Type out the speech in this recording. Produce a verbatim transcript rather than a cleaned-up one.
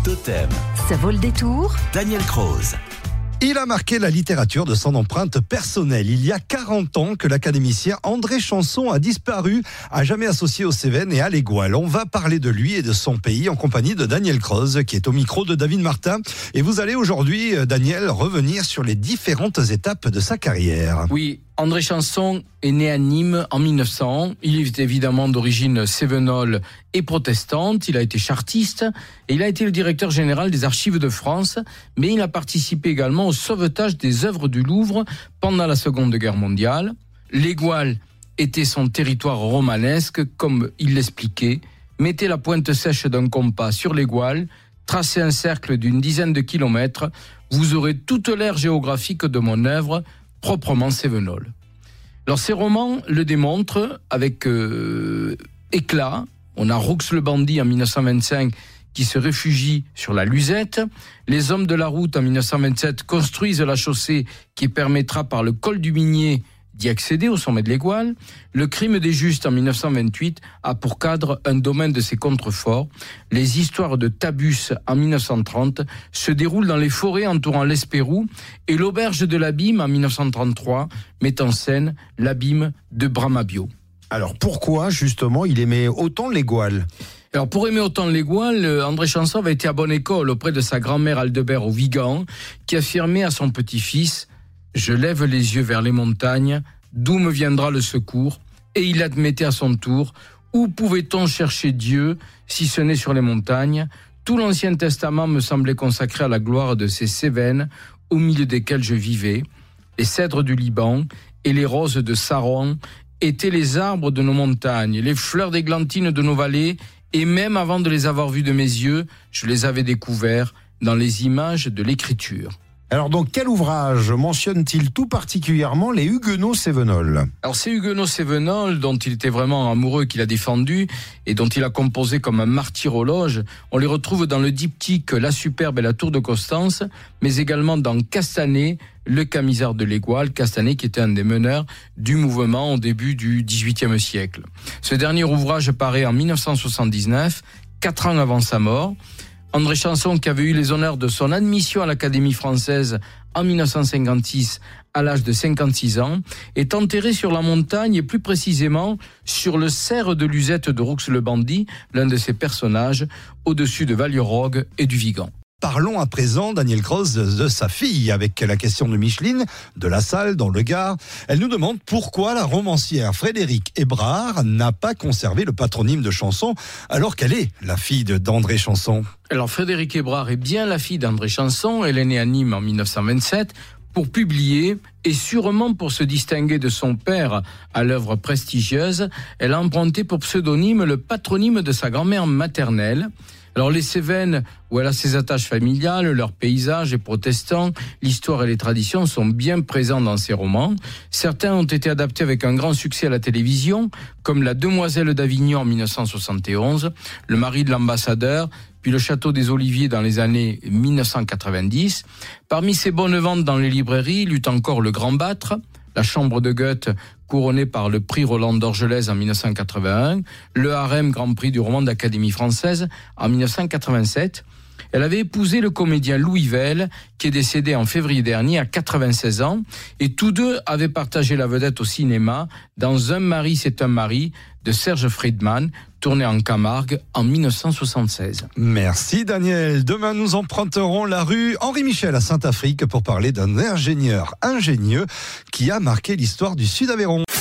Totem. Ça vaut le détour. Daniel Croze. Il a marqué la littérature de son empreinte personnelle. Il y a quarante ans que l'académicien André Chansson a disparu, à jamais associé aux Cévennes et à l'Égoile. On va parler de lui et de son pays en compagnie de Daniel Croze, qui est au micro de David Martin. Et vous allez aujourd'hui, Daniel, revenir sur les différentes étapes de sa carrière. Oui, André Chansson est né à Nîmes en mille neuf cents. Il est évidemment d'origine cévenole et protestante. Il a été chartiste et il a été le directeur général des Archives de France. Mais il a participé également au sauvetage des œuvres du Louvre pendant la Seconde Guerre mondiale. L'Égoile était son territoire romanesque, comme il l'expliquait. Mettez la pointe sèche d'un compas sur l'Égoile, tracez un cercle d'une dizaine de kilomètres, vous aurez toute l'aire géographique de mon œuvre, proprement cévenole. Alors ces romans le démontrent avec euh, éclat. On a Roux le bandit en mille neuf cent vingt-cinq qui se réfugie sur la Luzette. Les hommes de la route en mille neuf cent vingt-sept construisent la chaussée qui permettra par le col du Minier d'y accéder au sommet de l'Égoile. Le crime des justes en mille neuf cent vingt-huit a pour cadre un domaine de ses contreforts. Les histoires de Tabus en mille neuf cent trente se déroulent dans les forêts entourant l'Espérou et l'auberge de l'Abîme en mille neuf cent trente-trois met en scène l'Abîme de Bramabio. Alors pourquoi justement il aimait autant l'Égoile ? Alors pour aimer autant l'Égoile, André Chansson avait été à bonne école auprès de sa grand-mère Aldebert au Vigan, qui affirmait à son petit-fils: je lève les yeux vers les montagnes, d'où me viendra le secours. Et il admettait à son tour: où pouvait-on chercher Dieu si ce n'est sur les montagnes ? Tout l'Ancien Testament me semblait consacré à la gloire de ces Cévennes au milieu desquelles je vivais. Les cèdres du Liban et les roses de Saron étaient les arbres de nos montagnes, les fleurs d'églantine de nos vallées, et même avant de les avoir vues de mes yeux, je les avais découverts dans les images de l'Écriture. Alors, dans quel ouvrage mentionne-t-il tout particulièrement les Huguenots cévenols ? Alors, ces Huguenots cévenols, dont il était vraiment amoureux, qu'il a défendu, et dont il a composé comme un martyrologe, on les retrouve dans le diptyque La Superbe et la Tour de Constance, mais également dans Castanet, le camisard de l'Égoile, Castanet qui était un des meneurs du mouvement au début du dix-huitième siècle. Ce dernier ouvrage paraît en mille neuf cent soixante-dix-neuf, quatre ans avant sa mort. André Chansson, qui avait eu les honneurs de son admission à l'Académie française en mille neuf cent cinquante-six, à l'âge de cinquante-six ans, est enterré sur la montagne et plus précisément sur le cerf de Luzette de Roux le bandit, l'un de ses personnages, au-dessus de Vallerogue et du Vigan. Parlons à présent, Daniel Croze, de sa fille, avec la question de Micheline, de La Salle, dans le Gard. Elle nous demande pourquoi la romancière Frédérique Hébrard n'a pas conservé le patronyme de Chansson, alors qu'elle est la fille de, d'André Chansson. Alors Frédérique Hébrard est bien la fille d'André Chansson. Elle est née à Nîmes en mille neuf cent vingt-sept pour publier, et sûrement pour se distinguer de son père à l'œuvre prestigieuse. Elle a emprunté pour pseudonyme le patronyme de sa grand-mère maternelle. Alors les Cévennes, où elle a ses attaches familiales, leur paysage est protestant, l'histoire et les traditions sont bien présents dans ses romans. Certains ont été adaptés avec un grand succès à la télévision, comme La Demoiselle d'Avignon en mille neuf cent soixante et onze, Le mari de l'ambassadeur, puis Le Château des Oliviers dans les années mille neuf cent quatre-vingt-dix. Parmi ses bonnes ventes dans les librairies, il y eut encore Le Grand Bâtre, La Chambre de Goethe, couronnée par le prix Roland d'Orgelès en mille neuf cent quatre-vingt-un, le Harem Grand Prix du roman d'Académie française en mille neuf cent quatre-vingt-sept. Elle avait épousé le comédien Louis Vell, qui est décédé en février dernier à quatre-vingt-seize ans, et tous deux avaient partagé la vedette au cinéma dans Un mari, c'est un mari de Serge Friedman, tourné en Camargue en mille neuf cent soixante-seize. Merci Daniel. Demain, nous emprunterons la rue Henri-Michel à Saint-Affrique pour parler d'un ingénieur ingénieux qui a marqué l'histoire du Sud-Aveyron.